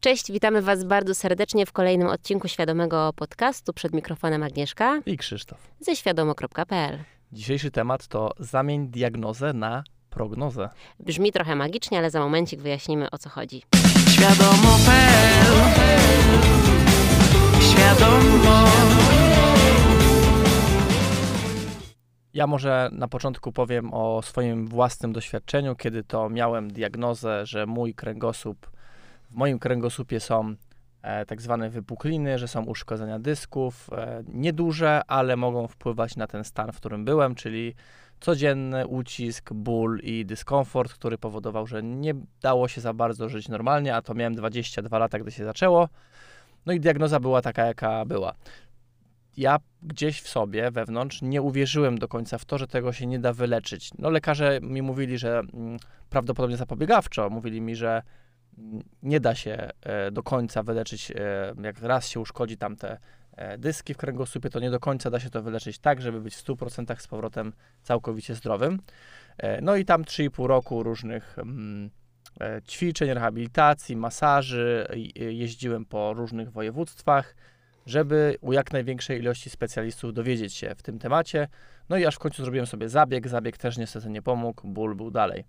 Cześć, witamy Was bardzo serdecznie w kolejnym odcinku Świadomego Podcastu. Przed mikrofonem Agnieszka i Krzysztof ze świadomo.pl. Dzisiejszy temat to zamień diagnozę na prognozę. Brzmi trochę magicznie, ale za momencik wyjaśnimy, o co chodzi. Świadomo.pl. Świadomo. Ja może na początku powiem o swoim własnym doświadczeniu, kiedy to miałem diagnozę, że w moim kręgosłupie są tak zwane wypukliny, że są uszkodzenia dysków, nieduże, ale mogą wpływać na ten stan, w którym byłem, czyli codzienny ucisk, ból i dyskomfort, który powodował, że nie dało się za bardzo żyć normalnie, a to miałem 22 lata, gdy się zaczęło. No i diagnoza była taka, jaka była. Ja gdzieś w sobie, wewnątrz, nie uwierzyłem do końca w to, że tego się nie da wyleczyć. No lekarze mi mówili, że prawdopodobnie zapobiegawczo, mówili mi, że nie da się do końca wyleczyć, jak raz się uszkodzi tamte dyski w kręgosłupie, to nie do końca da się to wyleczyć tak, żeby być w 100% z powrotem całkowicie zdrowym. No i tam 3,5 roku różnych ćwiczeń, rehabilitacji, masaży, jeździłem po różnych województwach, żeby u jak największej ilości specjalistów dowiedzieć się w tym temacie. No i aż w końcu zrobiłem sobie zabieg też niestety nie pomógł, ból był dalej.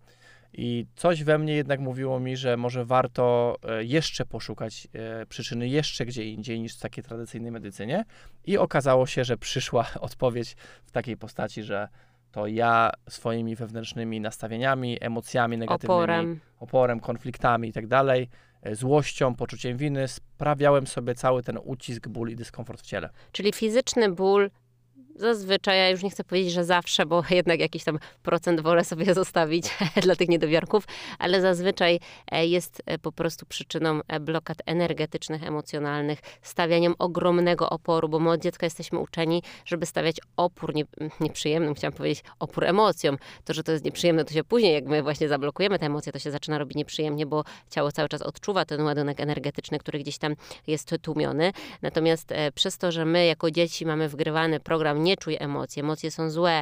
I coś we mnie jednak mówiło mi, że może warto jeszcze poszukać przyczyny jeszcze gdzie indziej niż w takiej tradycyjnej medycynie. I okazało się, że przyszła odpowiedź w takiej postaci, że to ja swoimi wewnętrznymi nastawieniami, emocjami negatywnymi, oporem, konfliktami i tak dalej, złością, poczuciem winy sprawiałem sobie cały ten ucisk, ból i dyskomfort w ciele. Czyli fizyczny ból zazwyczaj, ja już nie chcę powiedzieć, że zawsze, bo jednak jakiś tam procent wolę sobie zostawić dla tych niedowiarków, ale zazwyczaj jest po prostu przyczyną blokad energetycznych, emocjonalnych, stawianiem ogromnego oporu, bo my od dziecka jesteśmy uczeni, żeby stawiać opór nieprzyjemnym, chciałam powiedzieć opór emocjom. To, że to jest nieprzyjemne, to się później, jak my właśnie zablokujemy te emocje, to się zaczyna robić nieprzyjemnie, bo ciało cały czas odczuwa ten ładunek energetyczny, który gdzieś tam jest tłumiony. Natomiast przez to, że my jako dzieci mamy wgrywany program nie czuj emocji, emocje są złe,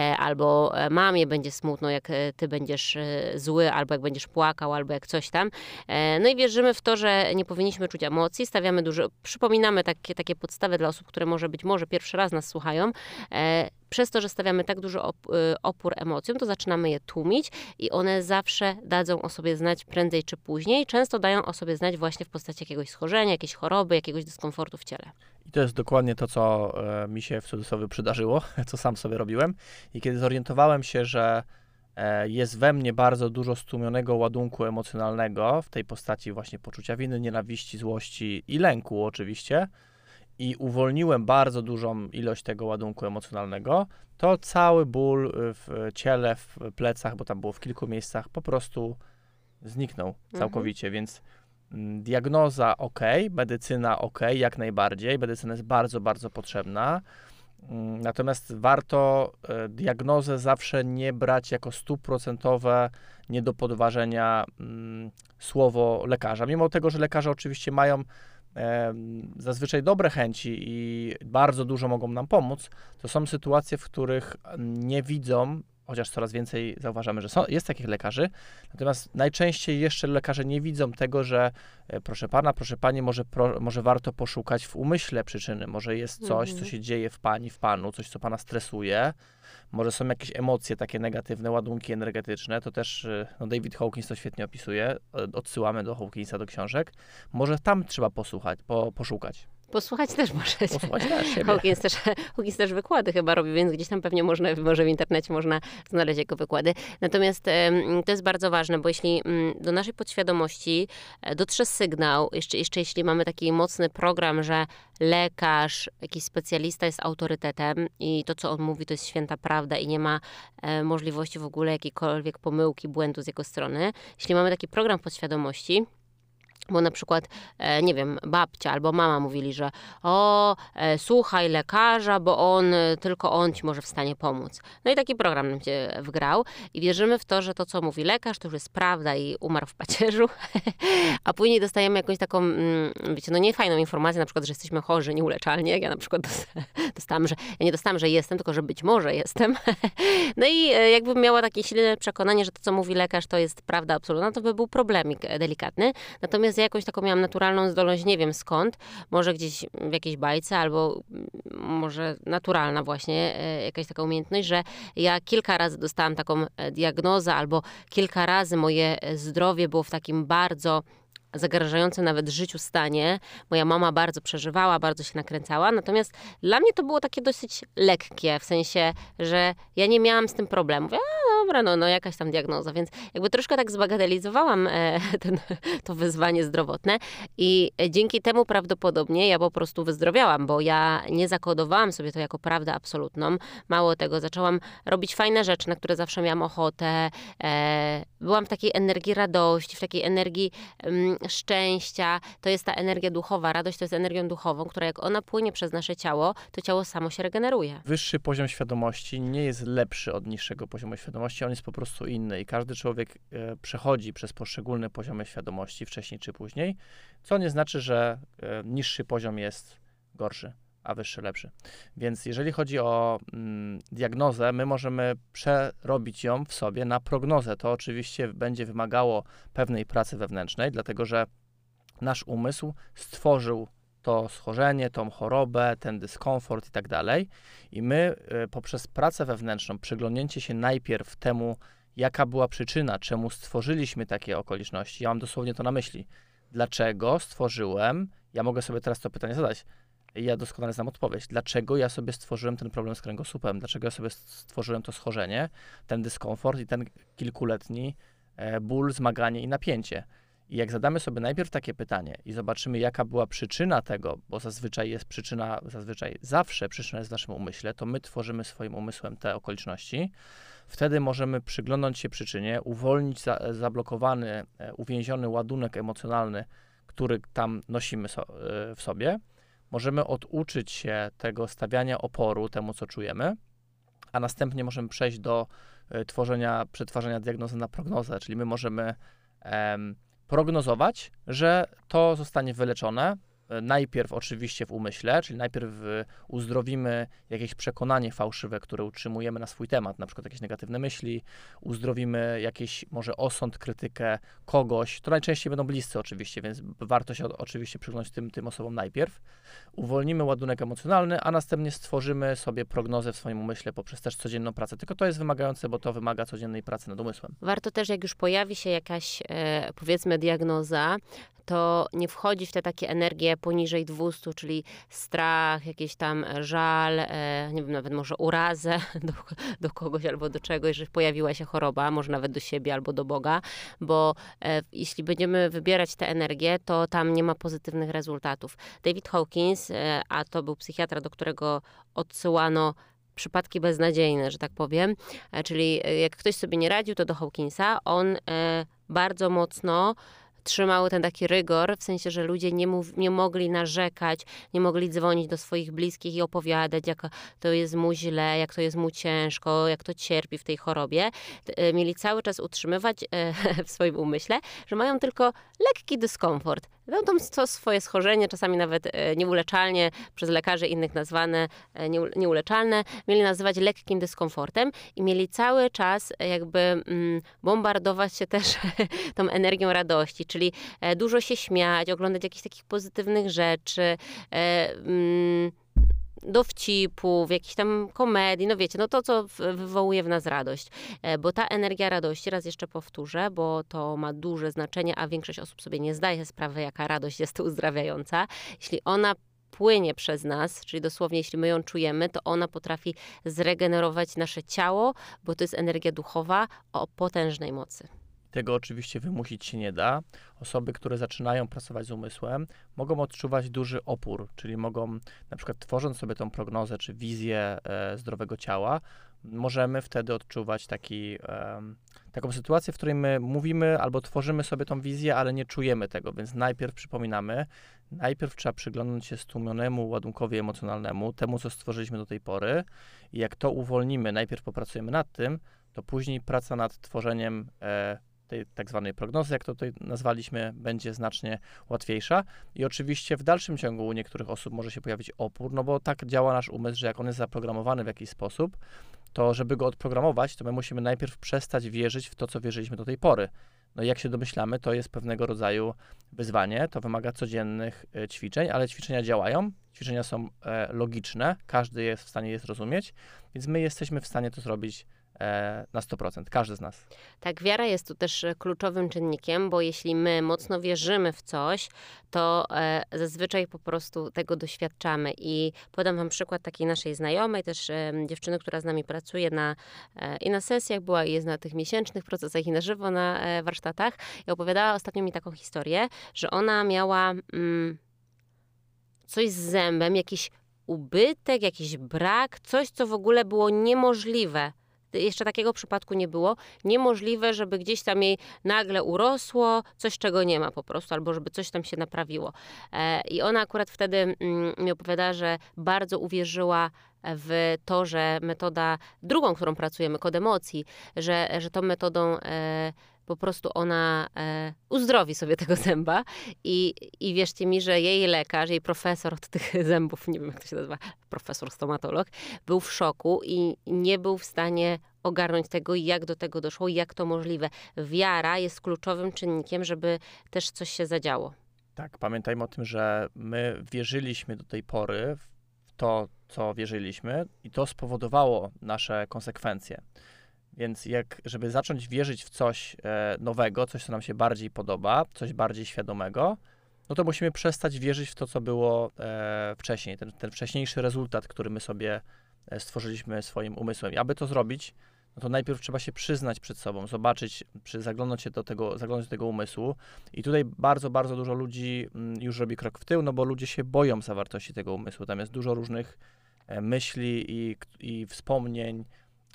albo mamie będzie smutno, jak ty będziesz zły, albo jak będziesz płakał, albo jak coś tam. No i wierzymy w to, że nie powinniśmy czuć emocji, stawiamy przypominamy takie podstawy dla osób, które może pierwszy raz nas słuchają. Przez to, że stawiamy tak duży opór emocjom, to zaczynamy je tłumić i one zawsze dadzą o sobie znać prędzej czy później. Często dają o sobie znać właśnie w postaci jakiegoś schorzenia, jakiejś choroby, jakiegoś dyskomfortu w ciele. I to jest dokładnie to, co mi się w cudzysłowie przydarzyło, co sam sobie robiłem. I kiedy zorientowałem się, że jest we mnie bardzo dużo stłumionego ładunku emocjonalnego w tej postaci właśnie poczucia winy, nienawiści, złości i lęku oczywiście, i uwolniłem bardzo dużą ilość tego ładunku emocjonalnego, to cały ból w ciele, w plecach, bo tam było w kilku miejscach, po prostu zniknął całkowicie, więc diagnoza ok, medycyna ok, jak najbardziej, medycyna jest bardzo, bardzo potrzebna, natomiast warto diagnozę zawsze nie brać jako 100% nie do podważenia słowo lekarza, mimo tego, że lekarze oczywiście mają zazwyczaj dobre chęci i bardzo dużo mogą nam pomóc, to są sytuacje, w których nie widzą, chociaż coraz więcej zauważamy, że jest takich lekarzy, natomiast najczęściej jeszcze lekarze nie widzą tego, że proszę pana, proszę pani, może warto poszukać w umyśle przyczyny, może jest coś, co się dzieje w pani, w panu, coś, co pana stresuje, może są jakieś emocje takie negatywne, ładunki energetyczne, to też David Hawkins to świetnie opisuje, odsyłamy do Hawkinsa, do książek, może tam trzeba poszukać. Posłuchać też możecie. Posłuchać też siebie. Hawkins też wykłady chyba robi, więc gdzieś tam pewnie może w internecie można znaleźć jego wykłady. Natomiast to jest bardzo ważne, bo jeśli do naszej podświadomości dotrze sygnał, jeszcze jeśli mamy taki mocny program, że lekarz, jakiś specjalista jest autorytetem i to, co on mówi, to jest święta prawda i nie ma możliwości w ogóle jakiejkolwiek pomyłki, błędu z jego strony. Jeśli mamy taki program podświadomości, bo na przykład, nie wiem, babcia albo mama mówili, że słuchaj lekarza, bo tylko on ci może w stanie pomóc. No i taki program nam się wgrał i wierzymy w to, że to, co mówi lekarz, to już jest prawda i umarł w pacierzu, a później dostajemy jakąś taką, wiecie, no niefajną informację, na przykład, że jesteśmy chorzy nieuleczalnie, jak ja na przykład ja nie dostałam, że jestem, tylko że być może jestem. No i jakbym miała takie silne przekonanie, że to, co mówi lekarz, to jest prawda absolutna, to by był problemik delikatny. Natomiast Natomiast ja jakąś taką miałam naturalną zdolność, nie wiem skąd, może gdzieś w jakiejś bajce, albo może naturalna właśnie jakaś taka umiejętność, że ja kilka razy dostałam taką diagnozę, albo kilka razy moje zdrowie było w takim bardzo zagrażającym nawet życiu stanie. Moja mama bardzo przeżywała, bardzo się nakręcała, natomiast dla mnie to było takie dosyć lekkie, w sensie, że ja nie miałam z tym problemu. Mówię, dobra, no jakaś tam diagnoza, więc jakby troszkę tak zbagatelizowałam to wyzwanie zdrowotne i dzięki temu prawdopodobnie ja po prostu wyzdrowiałam, bo ja nie zakodowałam sobie to jako prawdę absolutną. Mało tego, zaczęłam robić fajne rzeczy, na które zawsze miałam ochotę. Byłam w takiej energii radości, w takiej energii szczęścia. To jest ta energia duchowa. Radość to jest energią duchową, która jak ona płynie przez nasze ciało, to ciało samo się regeneruje. Wyższy poziom świadomości nie jest lepszy od niższego poziomu świadomości, on jest po prostu inny i każdy człowiek przechodzi przez poszczególne poziomy świadomości wcześniej czy później, co nie znaczy, że niższy poziom jest gorszy, a wyższy lepszy. Więc jeżeli chodzi o diagnozę, my możemy przerobić ją w sobie na prognozę. To oczywiście będzie wymagało pewnej pracy wewnętrznej, dlatego że nasz umysł stworzył to schorzenie, tą chorobę, ten dyskomfort i tak dalej. I my poprzez pracę wewnętrzną, przyglądnięcie się najpierw temu, jaka była przyczyna, czemu stworzyliśmy takie okoliczności. Ja mam dosłownie to na myśli. Dlaczego stworzyłem, ja mogę sobie teraz to pytanie zadać, ja doskonale znam odpowiedź. Dlaczego ja sobie stworzyłem ten problem z kręgosłupem? Dlaczego ja sobie stworzyłem to schorzenie, ten dyskomfort i ten kilkuletni ból, zmaganie i napięcie? I jak zadamy sobie najpierw takie pytanie i zobaczymy, jaka była przyczyna tego, bo zawsze przyczyna jest w naszym umyśle, to my tworzymy swoim umysłem te okoliczności. Wtedy możemy przyglądnąć się przyczynie, uwolnić zablokowany, uwięziony ładunek emocjonalny, który tam nosimy w sobie. Możemy oduczyć się tego stawiania oporu temu, co czujemy, a następnie możemy przejść do przetwarzania diagnozy na prognozę, czyli my możemy prognozować, że to zostanie wyleczone, najpierw oczywiście w umyśle, czyli najpierw uzdrowimy jakieś przekonanie fałszywe, które utrzymujemy na swój temat, na przykład jakieś negatywne myśli, uzdrowimy jakiś może osąd, krytykę kogoś, to najczęściej będą bliscy oczywiście, więc warto się oczywiście przyglądać tym osobom najpierw. Uwolnimy ładunek emocjonalny, a następnie stworzymy sobie prognozę w swoim umyśle poprzez też codzienną pracę, tylko to jest wymagające, bo to wymaga codziennej pracy nad umysłem. Warto też, jak już pojawi się jakaś, powiedzmy, diagnoza, to nie wchodzi w te takie energie poniżej 200, czyli strach, jakiś tam żal, nie wiem, nawet może urazę do kogoś albo do czegoś, jeżeli pojawiła się choroba, może nawet do siebie albo do Boga, bo jeśli będziemy wybierać tę energię, to tam nie ma pozytywnych rezultatów. David Hawkins, a to był psychiatra, do którego odsyłano przypadki beznadziejne, że tak powiem, czyli jak ktoś sobie nie radził, to do Hawkinsa, on bardzo mocno trzymał ten taki rygor, w sensie, że ludzie nie mogli narzekać, nie mogli dzwonić do swoich bliskich i opowiadać, jak to jest mu źle, jak to jest mu ciężko, jak to cierpi w tej chorobie. Mieli cały czas utrzymywać w swoim umyśle, że mają tylko lekki dyskomfort. To swoje schorzenie, czasami nawet nieuleczalnie, przez lekarzy innych nazwane nieuleczalne, mieli nazywać lekkim dyskomfortem i mieli cały czas jakby bombardować się też tą energią radości, czyli dużo się śmiać, oglądać jakichś takich pozytywnych rzeczy, dowcipów, jakichś tam komedii, no wiecie, no to, co wywołuje w nas radość. Bo ta energia radości, raz jeszcze powtórzę, bo to ma duże znaczenie, a większość osób sobie nie zdaje sprawy, jaka radość jest uzdrawiająca. Jeśli ona płynie przez nas, czyli dosłownie jeśli my ją czujemy, to ona potrafi zregenerować nasze ciało, bo to jest energia duchowa o potężnej mocy. Tego oczywiście wymusić się nie da. Osoby, które zaczynają pracować z umysłem, mogą odczuwać duży opór, czyli mogą, na przykład tworząc sobie tą prognozę czy wizję zdrowego ciała, możemy wtedy odczuwać taką sytuację, w której my mówimy albo tworzymy sobie tą wizję, ale nie czujemy tego, więc najpierw przypominamy, najpierw trzeba przyglądać się stłumionemu ładunkowi emocjonalnemu, temu, co stworzyliśmy do tej pory i jak to uwolnimy, najpierw popracujemy nad tym, to później praca nad tworzeniem tej tak zwanej prognozy, jak to tutaj nazwaliśmy, będzie znacznie łatwiejsza. I oczywiście w dalszym ciągu u niektórych osób może się pojawić opór, no bo tak działa nasz umysł, że jak on jest zaprogramowany w jakiś sposób, to żeby go odprogramować, to my musimy najpierw przestać wierzyć w to, co wierzyliśmy do tej pory. No i jak się domyślamy, to jest pewnego rodzaju wyzwanie, to wymaga codziennych ćwiczeń, ale ćwiczenia działają, ćwiczenia są logiczne, każdy jest w stanie je zrozumieć, więc my jesteśmy w stanie to zrobić na 100%, każdy z nas. Tak, wiara jest tu też kluczowym czynnikiem, bo jeśli my mocno wierzymy w coś, to zazwyczaj po prostu tego doświadczamy. I podam wam przykład takiej naszej znajomej, też dziewczyny, która z nami pracuje i na sesjach była i jest na tych miesięcznych procesach i na żywo na warsztatach. I opowiadała ostatnio mi taką historię, że ona miała coś z zębem, jakiś ubytek, jakiś brak, coś, co w ogóle było niemożliwe. Jeszcze takiego przypadku nie było. Niemożliwe, żeby gdzieś tam jej nagle urosło coś, czego nie ma po prostu, albo żeby coś tam się naprawiło. I ona akurat wtedy mi opowiadała, że bardzo uwierzyła w to, że metoda drugą, którą pracujemy, kod emocji, że tą metodą po prostu ona uzdrowi sobie tego zęba i wierzcie mi, że jej lekarz, jej profesor od tych zębów, nie wiem jak to się nazywa, profesor stomatolog, był w szoku i nie był w stanie ogarnąć tego, jak do tego doszło i jak to możliwe. Wiara jest kluczowym czynnikiem, żeby też coś się zadziało. Tak, pamiętajmy o tym, że my wierzyliśmy do tej pory w to, co wierzyliśmy i to spowodowało nasze konsekwencje. Więc żeby zacząć wierzyć w coś nowego, coś, co nam się bardziej podoba, coś bardziej świadomego, no to musimy przestać wierzyć w to, co było wcześniej, ten wcześniejszy rezultat, który my sobie stworzyliśmy swoim umysłem. I aby to zrobić, no to najpierw trzeba się przyznać przed sobą, zobaczyć, zaglądnąć do tego umysłu. I tutaj bardzo, bardzo dużo ludzi już robi krok w tył, no bo ludzie się boją zawartości tego umysłu. Tam jest dużo różnych myśli i wspomnień,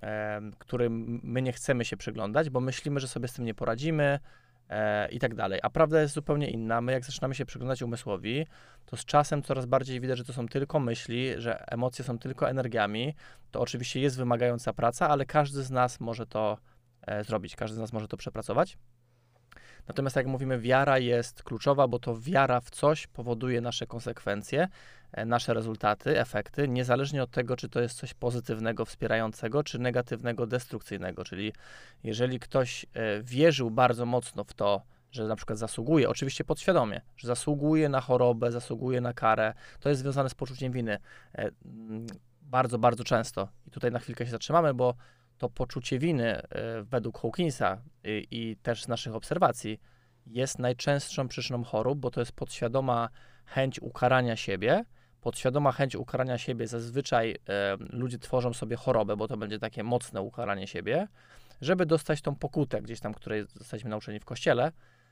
którym my nie chcemy się przyglądać, bo myślimy, że sobie z tym nie poradzimy i tak dalej. A prawda jest zupełnie inna. My jak zaczynamy się przyglądać umysłowi, to z czasem coraz bardziej widać, że to są tylko myśli, że emocje są tylko energiami. To oczywiście jest wymagająca praca, ale każdy z nas może to zrobić, każdy z nas może to przepracować. Natomiast jak mówimy, wiara jest kluczowa, bo to wiara w coś powoduje nasze konsekwencje, nasze rezultaty, efekty, niezależnie od tego, czy to jest coś pozytywnego, wspierającego, czy negatywnego, destrukcyjnego. Czyli jeżeli ktoś wierzył bardzo mocno w to, że na przykład zasługuje, oczywiście podświadomie, że zasługuje na chorobę, zasługuje na karę, to jest związane z poczuciem winy bardzo, bardzo często. I tutaj na chwilkę się zatrzymamy, bo to poczucie winy według Hawkinsa i też z naszych obserwacji jest najczęstszą przyczyną chorób, bo to jest podświadoma chęć ukarania siebie. Podświadoma chęć ukarania siebie zazwyczaj ludzie tworzą sobie chorobę, bo to będzie takie mocne ukaranie siebie, żeby dostać tą pokutę gdzieś tam, której zostaliśmy nauczeni w kościele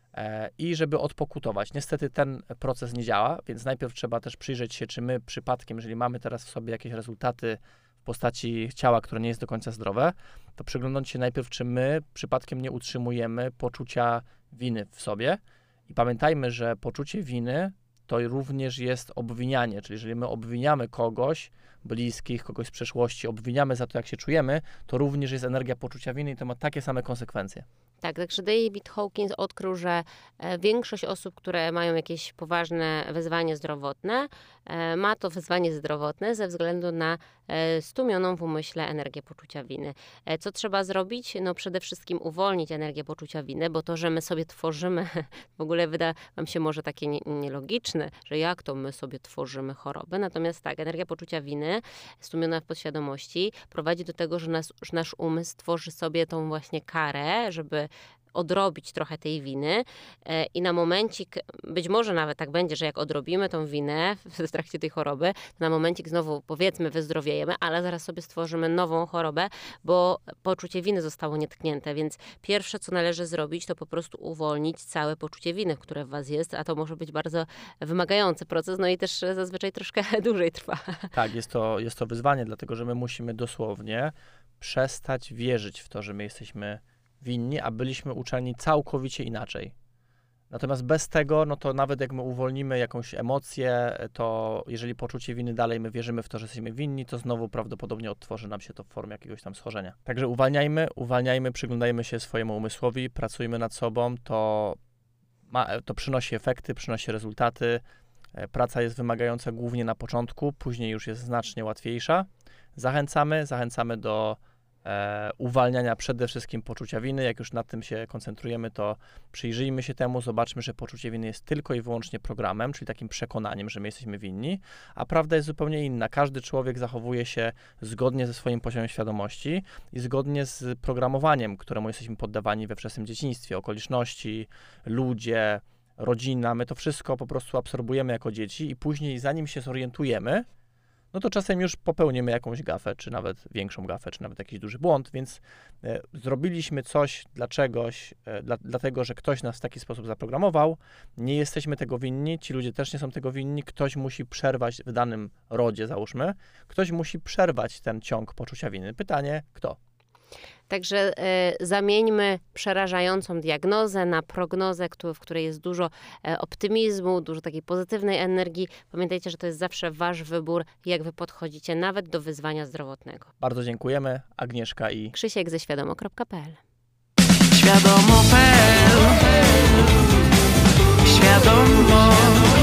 i żeby odpokutować. Niestety ten proces nie działa, więc najpierw trzeba też przyjrzeć się, czy my przypadkiem, jeżeli mamy teraz w sobie jakieś rezultaty w postaci ciała, które nie jest do końca zdrowe, to przyglądać się najpierw, czy my przypadkiem nie utrzymujemy poczucia winy w sobie. I pamiętajmy, że poczucie winy to również jest obwinianie, czyli jeżeli my obwiniamy kogoś, bliskich, kogoś z przeszłości, obwiniamy za to, jak się czujemy, to również jest energia poczucia winy i to ma takie same konsekwencje. Tak, także David Hawkins odkrył, że większość osób, które mają jakieś poważne wyzwanie zdrowotne, ma to wyzwanie zdrowotne ze względu na stłumioną w umyśle energię poczucia winy. Co trzeba zrobić? No przede wszystkim uwolnić energię poczucia winy, bo to, że my sobie tworzymy, w ogóle wyda wam się może takie nielogiczne, że jak to my sobie tworzymy chorobę. Natomiast tak, energia poczucia winy stłumiona w podświadomości prowadzi do tego, że nasz umysł tworzy sobie tą właśnie karę, żeby odrobić trochę tej winy i na momencik, być może nawet tak będzie, że jak odrobimy tą winę w trakcie tej choroby, to na momencik znowu powiedzmy wyzdrowiejemy, ale zaraz sobie stworzymy nową chorobę, bo poczucie winy zostało nietknięte, więc pierwsze co należy zrobić, to po prostu uwolnić całe poczucie winy, które w was jest, a to może być bardzo wymagający proces, no i też zazwyczaj troszkę dłużej trwa. Tak, jest to wyzwanie, dlatego że my musimy dosłownie przestać wierzyć w to, że my jesteśmy winni, a byliśmy uczeni całkowicie inaczej. Natomiast bez tego, no to nawet jak my uwolnimy jakąś emocję, to jeżeli poczucie winy dalej my wierzymy w to, że jesteśmy winni, to znowu prawdopodobnie odtworzy nam się to w formie jakiegoś tam schorzenia. Także uwalniajmy, przyglądajmy się swojemu umysłowi, pracujmy nad sobą, to przynosi efekty, przynosi rezultaty. Praca jest wymagająca głównie na początku, później już jest znacznie łatwiejsza. Zachęcamy do uwalniania przede wszystkim poczucia winy. Jak już nad tym się koncentrujemy, to przyjrzyjmy się temu, zobaczmy, że poczucie winy jest tylko i wyłącznie programem, czyli takim przekonaniem, że my jesteśmy winni, a prawda jest zupełnie inna. Każdy człowiek zachowuje się zgodnie ze swoim poziomem świadomości i zgodnie z programowaniem, któremu jesteśmy poddawani we wczesnym dzieciństwie, okoliczności, ludzie, rodzina. My to wszystko po prostu absorbujemy jako dzieci i później, zanim się zorientujemy, no to czasem już popełnimy jakąś gafę, czy nawet większą gafę, czy nawet jakiś duży błąd, więc zrobiliśmy coś dla czegoś, dlatego, że ktoś nas w taki sposób zaprogramował, nie jesteśmy tego winni, ci ludzie też nie są tego winni, ktoś musi przerwać w danym rodzie, załóżmy, ktoś musi przerwać ten ciąg poczucia winy. Pytanie, kto? Także zamieńmy przerażającą diagnozę na prognozę, w której jest dużo optymizmu, dużo takiej pozytywnej energii. Pamiętajcie, że to jest zawsze wasz wybór, jak wy podchodzicie nawet do wyzwania zdrowotnego. Bardzo dziękujemy. Agnieszka i Krzysiek ze świadomo.pl. Świadomo.pl. Świadomo.